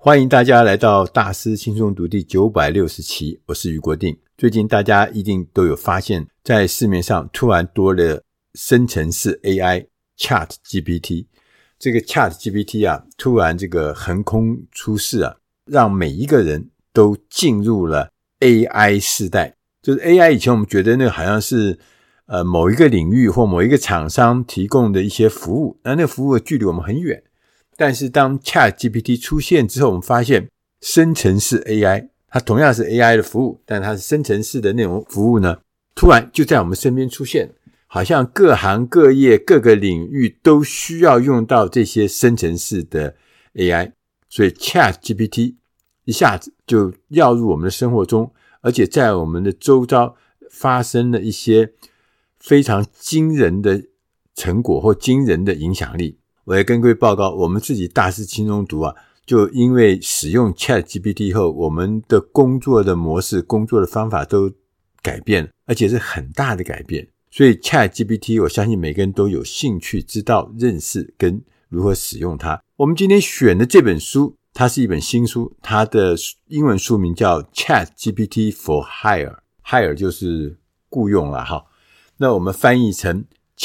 欢迎大家来到大师轻松读第960期，我是余国定。最近大家一定都有发现，在市面上突然多了生成式 AI ChatGPT。这个 ChatGPT 啊，突然这个横空出世啊，让每一个人都进入了 AI 世代。就是 AI 以前我们觉得那个好像是某一个领域或某一个厂商提供的一些服务，那个服务的距离我们很远。但是当 ChatGPT 出现之后，我们发现生成式 AI 它同样是 AI 的服务，但它是生成式的内容服务呢，突然就在我们身边出现，好像各行各业各个领域都需要用到这些生成式的 AI， 所以 ChatGPT 一下子就跃入我们的生活中，而且在我们的周遭发生了一些非常惊人的成果或惊人的影响力。我也跟各位报告，我们自己大师轻松读啊，就因为使用 ChatGPT 后，我们的工作的模式、工作的方法都改变了，而且是很大的改变。所以 ChatGPT 我相信每个人都有兴趣知道、认识跟如何使用它。我们今天选的这本书，它是一本新书，它的英文书名叫 ChatGPT for Hire， 就是雇用啦哈。那我们翻译成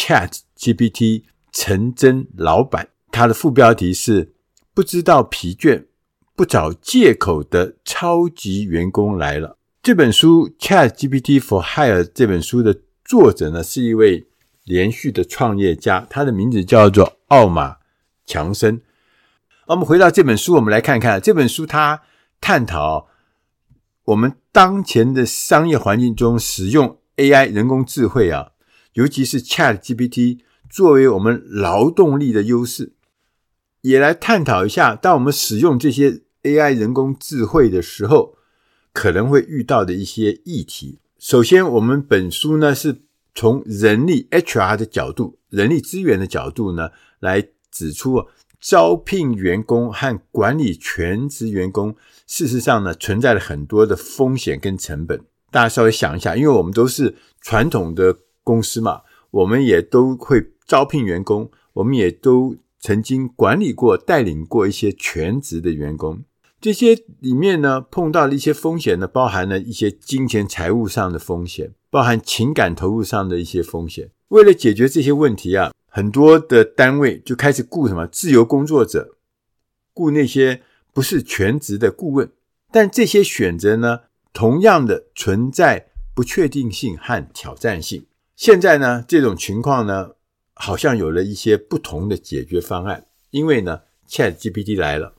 ChatGPT陈真老板，他的副标题是不知道疲倦不找借口的超级员工来了。这本书 ChatGPT for Hire 这本书的作者呢，是一位连续的创业家，他的名字叫做奥马强森。我们回到这本书，我们来看看这本书他探讨我们当前的商业环境中使用 AI 人工智慧啊，尤其是 ChatGPT作为我们劳动力的优势，也来探讨一下当我们使用这些 AI 人工智慧的时候可能会遇到的一些议题。首先我们本书呢是从人力 HR 的角度，人力资源的角度呢来指出招聘员工和管理全职员工事实上呢存在了很多的风险跟成本。大家稍微想一下，因为我们都是传统的公司嘛，我们也都会招聘员工，我们也都曾经管理过带领过一些全职的员工，这些里面呢碰到的一些风险呢，包含了一些金钱财务上的风险，包含情感投入上的一些风险。为了解决这些问题啊，很多的单位就开始雇什么自由工作者，雇那些不是全职的顾问，但这些选择呢同样的存在不确定性和挑战性。现在呢这种情况呢好像有了一些不同的解决方案，因为呢 ChatGPT 来了。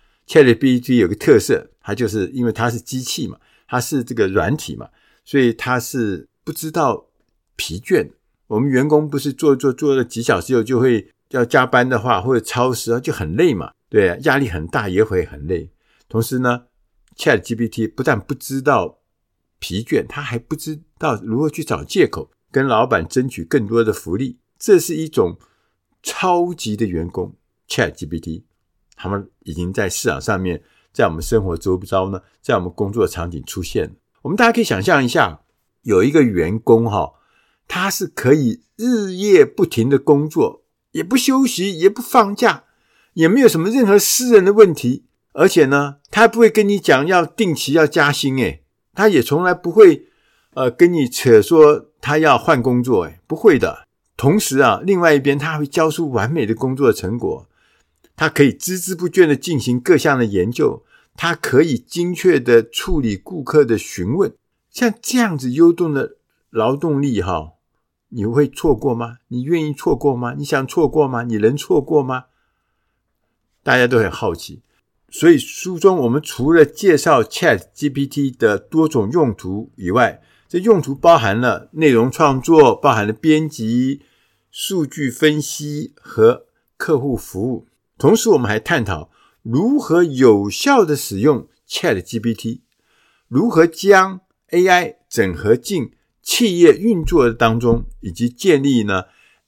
ChatGPT 有个特色，它就是因为它是机器嘛，它是这个软体嘛，所以它是不知道疲倦。我们员工不是做了几小时后就会要加班的话，或者超时就很累嘛，对啊，压力很大也会很累。同时呢 ChatGPT 不但不知道疲倦，它还不知道如何去找借口跟老板争取更多的福利。这是一种超级的员工 ChatGPT， 他们已经在市场上面，在我们生活周遭呢，在我们工作场景出现。我们大家可以想象一下，有一个员工他是可以日夜不停的工作，也不休息也不放假，也没有什么任何私人的问题，而且呢他还不会跟你讲要定期要加薪他也从来不会跟你扯说他要换工作不会的。同时另外一边他会交出完美的工作成果，他可以孜孜不倦的进行各项的研究，他可以精确的处理顾客的询问。像这样子优动的劳动力你会错过吗？你愿意错过吗？你想错过吗？你能错过吗？大家都很好奇。所以书中我们除了介绍 ChatGPT 的多种用途以外，这用途包含了内容创作，包含了编辑、数据分析和客户服务。同时我们还探讨如何有效的使用 ChatGPT， 如何将 AI 整合进企业运作当中，以及建立呢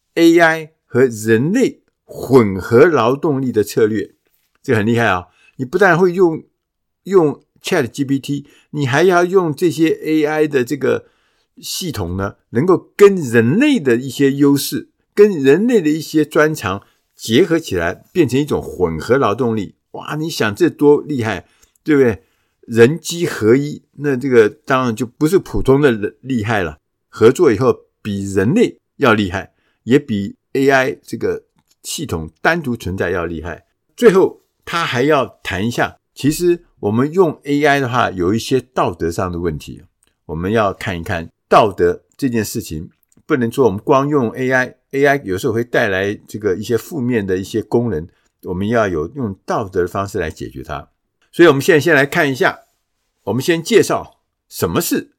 AI 和人类混合劳动力的策略。这很厉害你不但会用 ChatGPT， 你还要用这些 AI 的这个系统呢，能够跟人类的一些优势，跟人类的一些专长结合起来，变成一种混合劳动力。 哇，你想这多厉害，对不对？人机合一，那这个当然就不是普通的厉害了，合作以后比人类要厉害，也比 AI 这个系统单独存在要厉害。最后他还要谈一下，其实我们用 AI 的话有一些道德上的问题，我们要看一看道德这件事情，不能说我们光用 AI 有时候会带来这个一些负面的一些功能，我们要有用道德的方式来解决它。所以我们现在先来看一下，我们先介绍什么是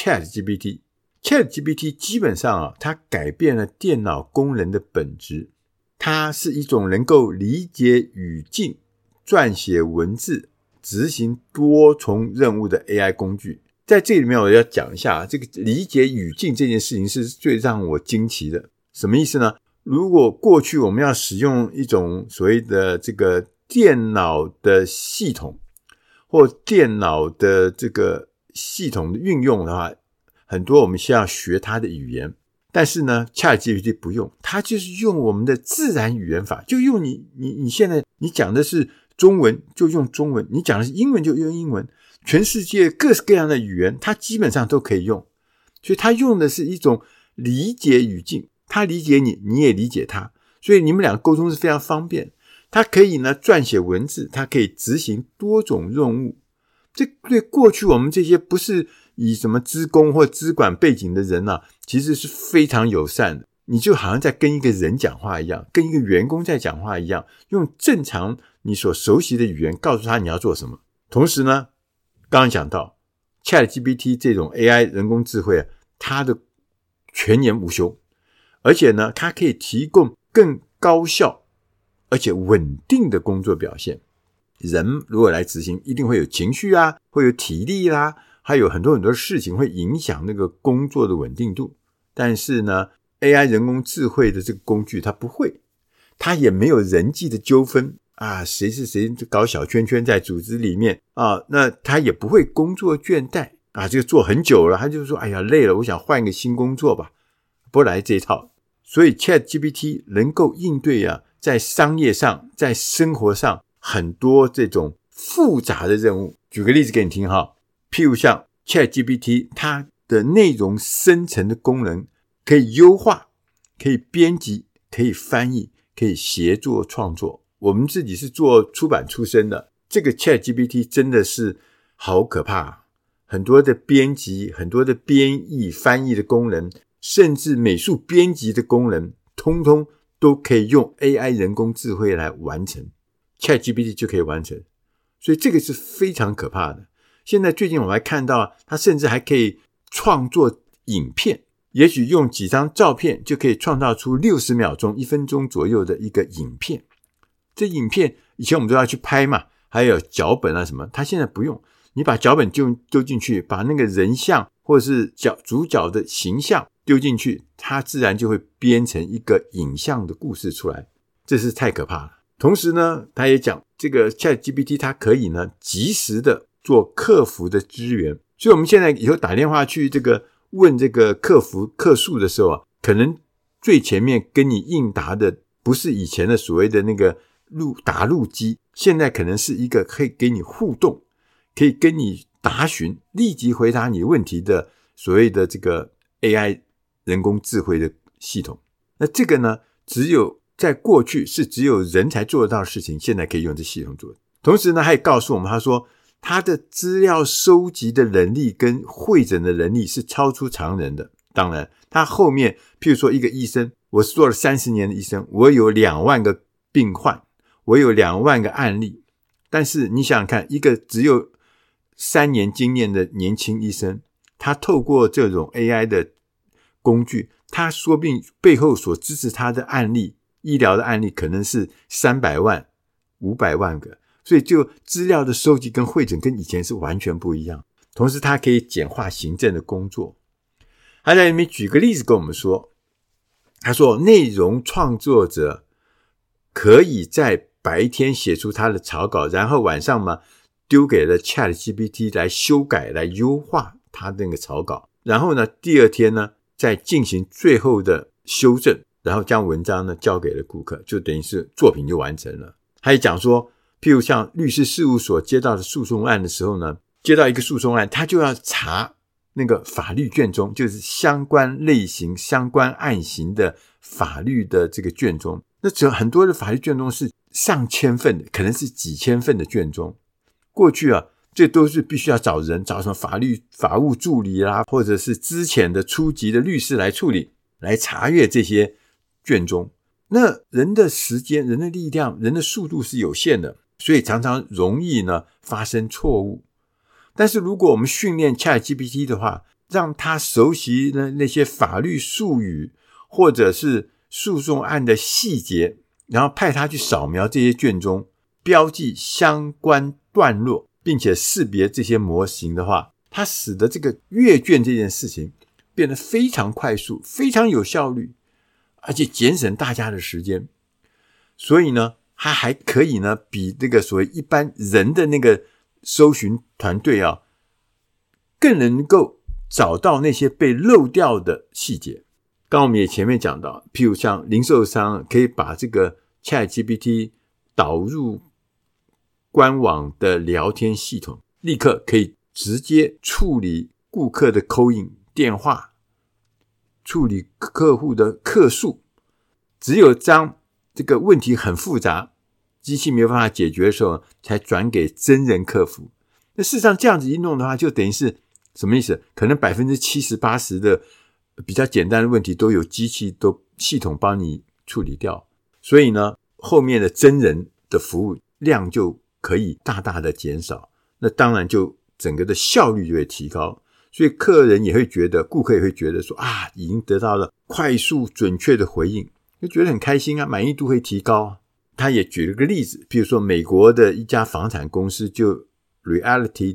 ChatGPT。ChatGPT 基本上它改变了电脑功能的本质，它是一种能够理解语境、撰写文字、执行多重任务的 AI 工具。在这里面我要讲一下，这个理解语境这件事情是最让我惊奇的。什么意思呢？如果过去我们要使用一种所谓的这个电脑的系统或电脑的这个系统的运用的话，很多我们需要学它的语言，但是呢 ChatGPT 不用，它就是用我们的自然语言法，就用你现在你讲的是中文就用中文，你讲的是英文就用英文，全世界各式各样的语言它基本上都可以用。所以它用的是一种理解语境，他理解你，你也理解他，所以你们两个沟通是非常方便。他可以呢撰写文字，他可以执行多种任务。这对过去我们这些不是以什么资工或资管背景的人其实是非常友善的。你就好像在跟一个人讲话一样，跟一个员工在讲话一样，用正常你所熟悉的语言告诉他你要做什么。同时呢，刚刚讲到 ChatGPT 这种 AI 人工智慧它的全年无休，而且呢它可以提供更高效而且稳定的工作表现。人如果来执行，一定会有情绪会有体力啦，还有很多很多事情会影响那个工作的稳定度。但是呢 AI 人工智慧的这个工具它不会，它也没有人际的纠纷谁是谁搞小圈圈在组织里面那它也不会工作倦怠这个做很久了，他就说哎呀累了，我想换一个新工作吧，不来这一套。所以 ChatGPT 能够应对在商业上在生活上很多这种复杂的任务。举个例子给你听譬如像 ChatGPT 它的内容生成的功能可以优化，可以编辑，可以翻译，可以协作创作。我们自己是做出版出身的，这个 ChatGPT 真的是好可怕，很多的编辑，很多的编译翻译的功能，甚至美术编辑的功能，通通都可以用 AI 人工智慧来完成， ChatGPT 就可以完成。所以这个是非常可怕的。现在最近我们还看到它甚至还可以创作影片，也许用几张照片就可以创造出60秒钟1分钟左右的一个影片。这影片以前我们都要去拍嘛，还有脚本什么，它现在不用，你把脚本丢进去，把那个人像或者是主角的形象丢进去，它自然就会编成一个影像的故事出来，这是太可怕了。同时呢，他也讲这个 ChatGPT 它可以呢及时的做客服的支援，所以我们现在以后打电话去这个问这个客诉的时候可能最前面跟你应答的不是以前的所谓的那个答录机，现在可能是一个可以给你互动，可以跟你答询，立即回答你问题的所谓的这个 AI 人工智慧的系统。那这个呢，只有在过去是只有人才做得到的事情，现在可以用这系统做。同时呢，他也告诉我们，他说他的资料收集的能力跟汇整的能力是超出常人的。当然他后面譬如说一个医生，我是做了30年的医生，我有2万个病患，我有2万个案例，但是你想想看，一个只有3年经验的年轻医生，他透过这种 AI 的工具，他说不定背后所支持他的案例，医疗的案例可能是300万500万个，所以就资料的收集跟汇整跟以前是完全不一样。同时他可以简化行政的工作。他在里面举个例子跟我们说，他说内容创作者可以在白天写出他的草稿，然后晚上嘛丢给了 ChatGPT 来修改来优化他那个草稿，然后呢第二天呢再进行最后的修正，然后将文章呢交给了顾客，就等于是作品就完成了。他也讲说譬如像律师事务所接到的诉讼案的时候呢，接到一个诉讼案，他就要查那个法律卷宗，就是相关类型相关案型的法律的这个卷宗。那只有很多的法律卷宗是上千份的，可能是几千份的卷宗。过去啊，这都是必须要找人，找什么法务助理啦，或者是之前的初级的律师来处理，来查阅这些卷宗。那人的时间、人的力量、人的速度是有限的，所以常常容易呢发生错误。但是如果我们训练 ChatGPT 的话，让他熟悉那些法律术语或者是诉讼案的细节，然后派他去扫描这些卷宗，标记相关段落，并且识别这些模型的话，它使得这个阅卷这件事情变得非常快速，非常有效率，而且节省大家的时间。所以呢，它还可以呢比这个所谓一般人的那个搜寻团队啊，更能够找到那些被漏掉的细节。刚刚我们也前面讲到，譬如像零售商可以把这个 ChatGPT 导入官网的聊天系统，立刻可以直接处理顾客的 call in 电话，处理客户的客诉。只有当这个问题很复杂，机器没有办法解决的时候，才转给真人客服。那事实上这样子一弄的话，就等于是什么意思？可能 70-80% 的比较简单的问题都有机器都系统帮你处理掉。所以呢，后面的真人的服务量就可以大大的减少，那当然就整个的效率就会提高。所以客人也会觉得，顾客也会觉得说啊，已经得到了快速准确的回应，就觉得很开心啊，满意度会提高啊。他也举了个例子，比如说美国的一家房产公司就 Reality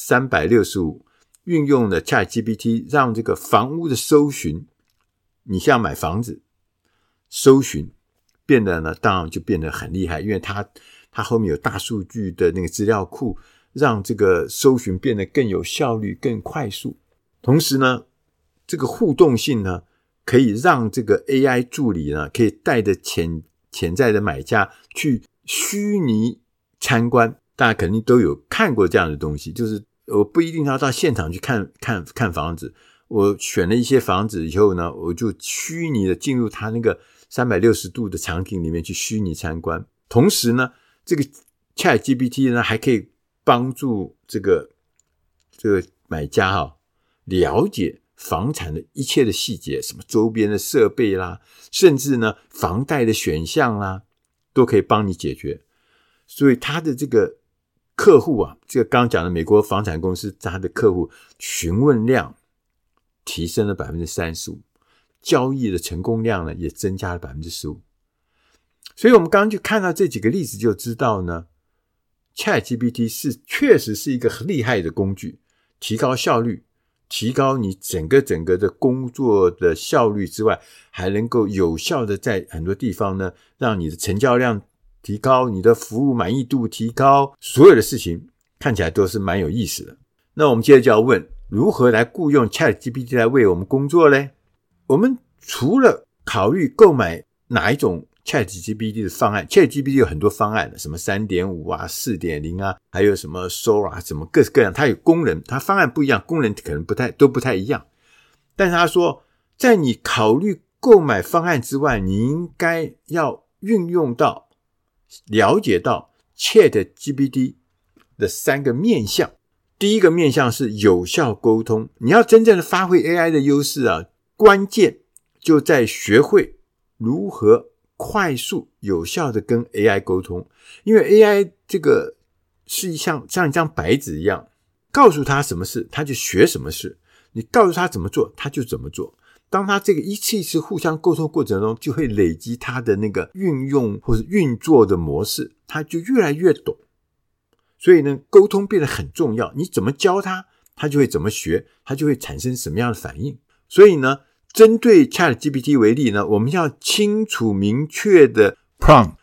365运用了 ChatGPT 让这个房屋的搜寻，你像买房子搜寻变得呢，当然就变得很厉害，因为它后面有大数据的那个资料库，让这个搜寻变得更有效率更快速。同时呢，这个互动性呢，可以让这个 AI 助理呢，可以带着潜在的买家去虚拟参观。大家肯定都有看过这样的东西，就是我不一定要到现场去看房子，我选了一些房子以后呢，我就虚拟的进入它那个360度的场景里面去虚拟参观。同时呢，这个 ChatGPT 呢还可以帮助这个买家了解房产的一切的细节，什么周边的设备啦，甚至呢房贷的选项啦，都可以帮你解决。所以他的这个客户啊，这个刚刚讲的美国房产公司，他的客户询问量提升了 35%， 交易的成功量呢也增加了 15%。 所以我们刚刚就看到这几个例子就知道呢， ChatGPT 确实是一个很厉害的工具，提高效率，提高你整个的工作的效率之外，还能够有效的在很多地方呢，让你的成交量提高，你的服务满意度提高，所有的事情看起来都是蛮有意思的。那我们接着就要问，如何来雇用 ChatGPT 来为我们工作呢？我们除了考虑购买哪一种 ChatGPT 的方案， ChatGPT 有很多方案，什么 3.5 啊 4.0 啊，还有什么 Sora 什么各式各样，它有功能，它方案不一样，功能可能都不太一样。但是他说，在你考虑购买方案之外，你应该要运用到了解到 ChatGPT 的3个面向。第一个面向是有效沟通，你要真正的发挥 AI 的优势啊，关键就在学会如何快速有效的跟 AI 沟通。因为 AI 这个是像一张白纸一样，告诉他什么事他就学什么事，你告诉他怎么做他就怎么做。当他这个一次一次互相沟通过程中，就会累积他的那个运用或是运作的模式，他就越来越懂。所以呢，沟通变得很重要，你怎么教他，他就会怎么学，他就会产生什么样的反应。所以呢，针对 ChatGPT 为例呢，我们要清楚明确的 prompt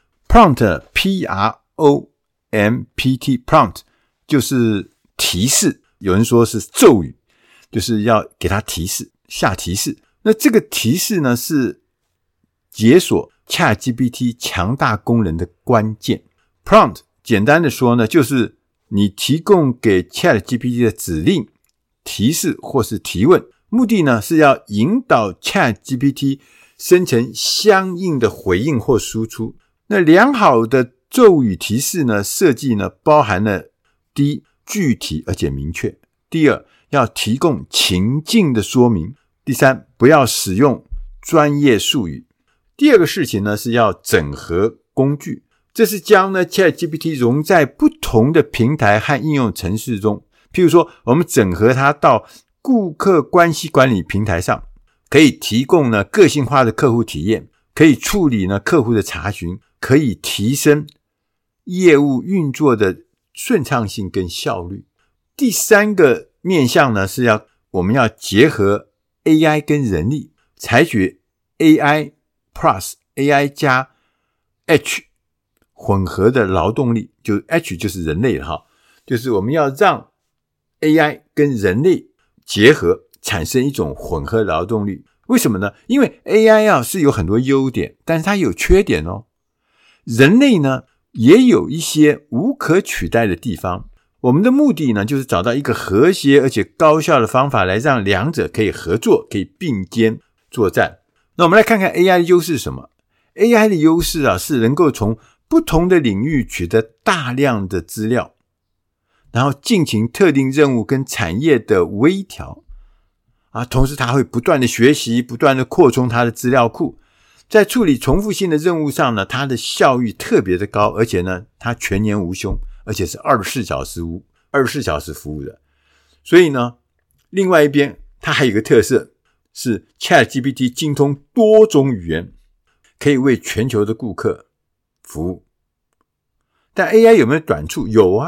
P-R-O-M-P-T prompt 就是提示，有人说是咒语，就是要给他提示，下提示。那这个提示呢，是解锁 ChatGPT 强大功能的关键。 prompt 简单的说呢，就是你提供给 ChatGPT 的指令、提示或是提问，目的呢是要引导 ChatGPT 生成相应的回应或输出。那良好的咒语提示呢设计呢包含了第一，具体而且明确；第二，要提供情境的说明；第三，不要使用专业术语。第二个事情呢是要整合工具，这是将呢 ChatGPT 融在不同的平台和应用程式中。譬如说我们整合它到顾客关系管理平台上，可以提供呢个性化的客户体验，可以处理呢客户的查询，可以提升业务运作的顺畅性跟效率。第三个面向呢是我们要结合 AI 跟人力，采取 AI Plus AI 加 H 混合的劳动力，就 H 就是人类了就是我们要让 AI 跟人类结合，产生一种混合劳动力。为什么呢？因为 AI 是有很多优点，但是它有缺点人类呢也有一些无可取代的地方。我们的目的呢就是找到一个和谐而且高效的方法，来让两者可以合作，可以并肩作战。那我们来看看 AI 的优势是什么。 AI 的优势是能够从不同的领域取得大量的资料，然后进行特定任务跟产业的微调同时它会不断的学习，不断的扩充它的资料库。在处理重复性的任务上呢，它的效率特别的高，而且呢它全年无休，而且是24小时服务的。所以呢另外一边它还有一个特色是 ChatGPT 精通多种语言，可以为全球的顾客服务。但 AI 有没有短处？有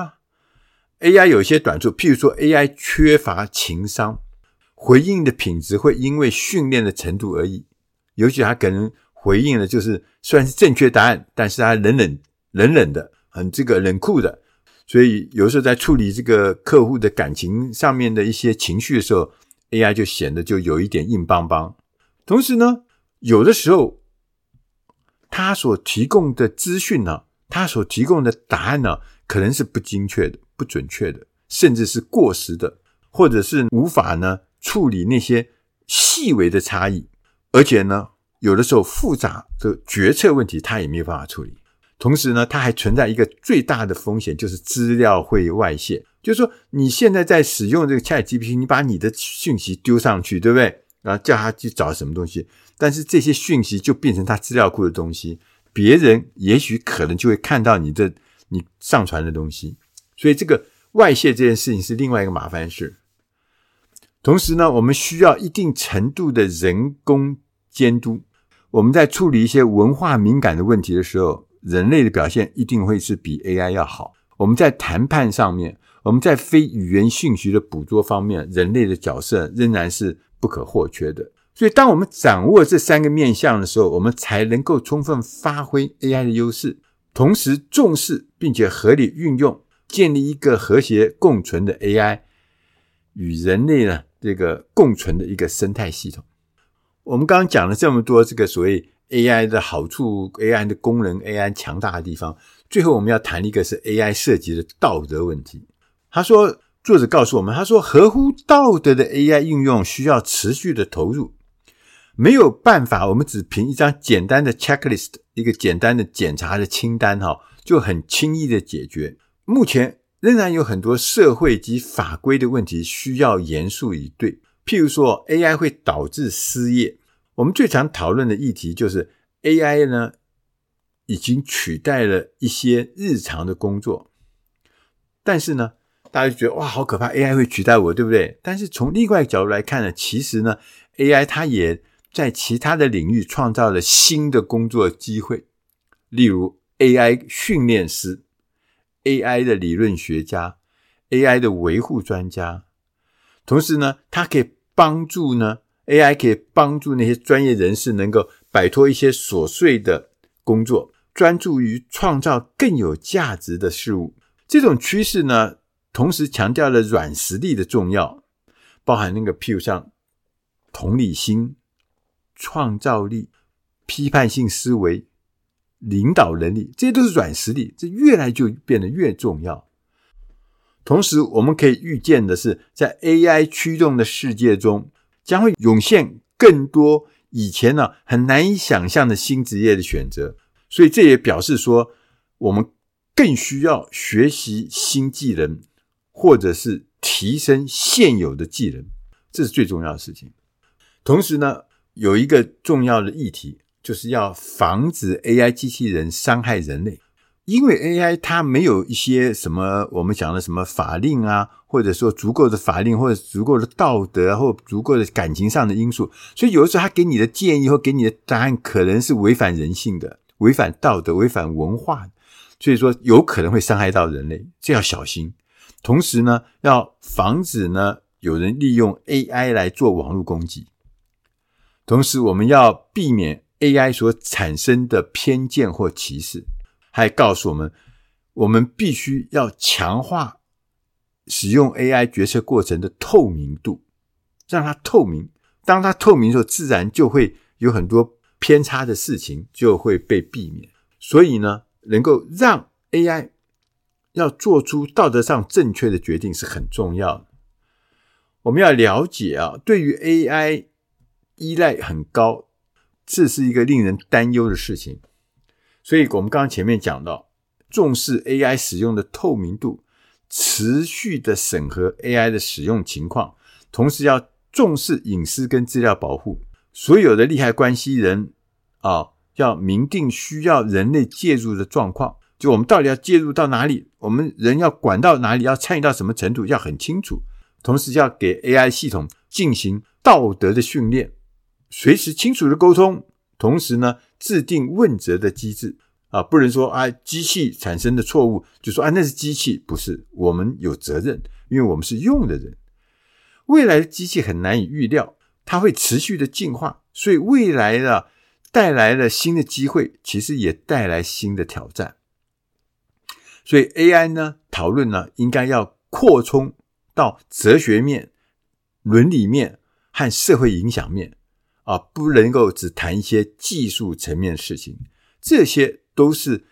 AI 有一些短处，譬如说 AI 缺乏情商，回应的品质会因为训练的程度而异，尤其它可能回应的就是虽然是正确答案，但是它冷冷的，很冷酷的。所以有时候在处理这个客户的感情上面的一些情绪的时候， AI 就显得就有一点硬邦邦。同时呢有的时候它所提供的资讯它所提供的答案可能是不精确的、不准确的，甚至是过时的，或者是无法处理那些细微的差异。而且呢有的时候复杂的决策问题它也没有办法处理。同时呢它还存在一个最大的风险，就是资料会外泄。就是说你现在在使用这个 ChatGPT， 你把你的讯息丢上去，对不对？然后叫他去找什么东西，但是这些讯息就变成他资料库的东西，别人也许可能就会看到你上传的东西。所以这个外泄这件事情是另外一个麻烦事。同时呢我们需要一定程度的人工监督。我们在处理一些文化敏感的问题的时候，人类的表现一定会是比 AI 要好。我们在谈判上面，我们在非语言讯息的捕捉方面，人类的角色仍然是不可或缺的。所以当我们掌握这三个面向的时候，我们才能够充分发挥 AI 的优势，同时重视并且合理运用，建立一个和谐共存的 AI 与人类呢这个共存的一个生态系统。我们刚刚讲了这么多这个所谓 AI 的好处， AI 的功能， AI 强大的地方，最后我们要谈一个是 AI 涉及的道德问题。作者告诉我们，他说合乎道德的 AI 运用需要持续的投入，没有办法我们只凭一张简单的 checklist， 一个简单的检查的清单就很轻易的解决。目前仍然有很多社会及法规的问题需要严肃以对。譬如说 AI 会导致失业，我们最常讨论的议题就是 AI 呢已经取代了一些日常的工作，但是呢大家就觉得哇好可怕， AI 会取代我，对不对？但是从另外一个角度来看呢，其实呢 AI 它也在其他的领域创造了新的工作机会，例如 AI 训练师、 AI 的理论学家、 AI 的维护专家。同时呢它可以帮助AI 可以帮助那些专业人士能够摆脱一些琐碎的工作，专注于创造更有价值的事物。这种趋势呢同时强调了软实力的重要，包含譬如像同理心、创造力、批判性思维、 领导能力，这些都是软实力，这越来就变得越重要。同时我们可以预见的是，在 AI 驱动的世界中，将会涌现更多以前很难以想象的新职业的选择，所以这也表示说，我们更需要学习新技能，或者是提升现有的技能，这是最重要的事情。同时呢，有一个重要的议题，就是要防止 AI 机器人伤害人类。因为 AI 它没有一些什么我们讲的什么法令啊，或者说足够的法令，或者足够的道德，或足够的感情上的因素，所以有的时候他给你的建议或给你的答案可能是违反人性的，违反道德，违反文化的，所以说有可能会伤害到人类，这要小心。同时呢，要防止呢有人利用 AI 来做网络攻击。同时我们要避免 AI 所产生的偏见或歧视，还告诉我们，我们必须要强化使用 AI 决策过程的透明度，让它透明。当它透明的时候，自然就会有很多偏差的事情就会被避免。所以呢，能够让 AI 要做出道德上正确的决定是很重要的。我们要了解对于 AI 依赖很高，这是一个令人担忧的事情。所以我们刚刚前面讲到，重视 AI 使用的透明度，持续的审核 AI 的使用情况，同时要重视隐私跟资料保护。所有的利害关系人要明定需要人类介入的状况，就我们到底要介入到哪里，我们人要管到哪里，要参与到什么程度，要很清楚。同时要给 AI 系统进行道德的训练，随时清楚的沟通，同时呢制定问责的机制不能说机器产生的错误就说那是机器，不是，我们有责任，因为我们是用的人。未来的机器很难以预料，它会持续的进化，所以未来带来了新的机会，其实也带来新的挑战。所以 AI 呢讨论呢应该要扩充到哲学面、伦理面和社会影响面不能够只谈一些技术层面的事情，这些都是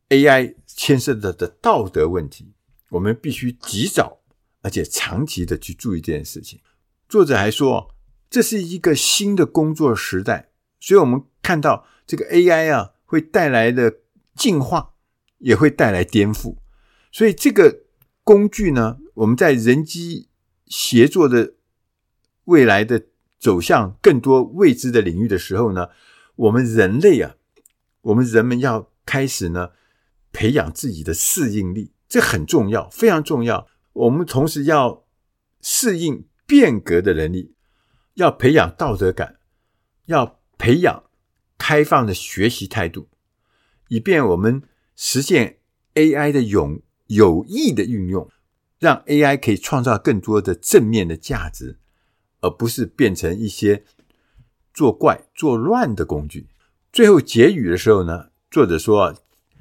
AI 牵涉的道德问题，我们必须及早而且长期的去注意这件事情。作者还说，这是一个新的工作时代，所以我们看到这个 AI 会带来的进化，也会带来颠覆。所以这个工具呢，我们在人机协作的未来的走向更多未知的领域的时候呢，我们人类我们人们要开始呢培养自己的适应力，这很重要，非常重要。我们同时要适应变革的能力，要培养道德感，要培养开放的学习态度，以便我们实现 AI 的有益的运用，让 AI 可以创造更多的正面的价值，而不是变成一些作怪作乱的工具。最后结语的时候呢，作者说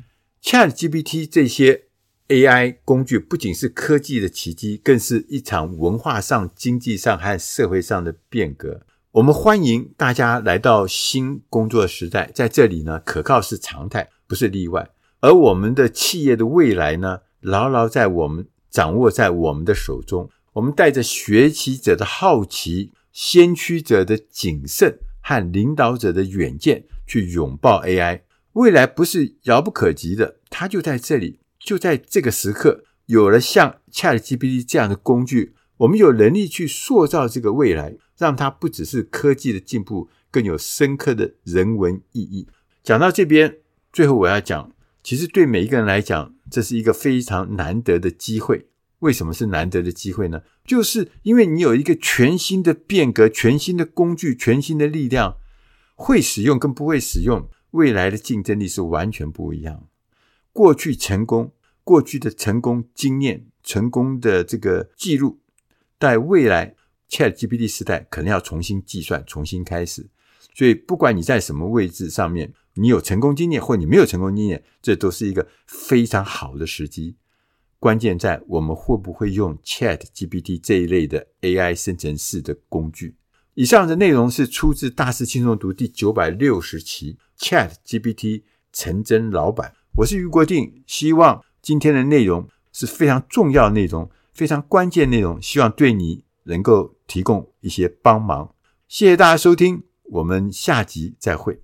ChatGPT 这些 AI 工具不仅是科技的奇迹，更是一场文化上、经济上和社会上的变革。我们欢迎大家来到新工作时代，在这里呢，可靠是常态，不是例外。而我们的企业的未来呢，牢牢掌握在我们的手中。我们带着学习者的好奇、先驱者的谨慎和领导者的远见去拥抱 AI。 未来不是遥不可及的，它就在这里，就在这个时刻。有了像 ChatGPT 这样的工具，我们有能力去塑造这个未来，让它不只是科技的进步，更有深刻的人文意义。讲到这边，最后我要讲，其实对每一个人来讲，这是一个非常难得的机会。为什么是难得的机会呢？就是因为你有一个全新的变革，全新的工具，全新的力量，会使用跟不会使用，未来的竞争力是完全不一样。过去的成功经验，成功的这个记录，在未来 ChatGPT 时代可能要重新计算，重新开始。所以不管你在什么位置上面，你有成功经验或你没有成功经验，这都是一个非常好的时机。关键在我们会不会用 ChatGPT 这一类的 AI 生成式的工具。以上的内容是出自大师轻松读第960期 ChatGPT 陈真老板。我是余国定，希望今天的内容是非常重要的内容，非常关键的内容，希望对你能够提供一些帮忙。谢谢大家收听，我们下集再会。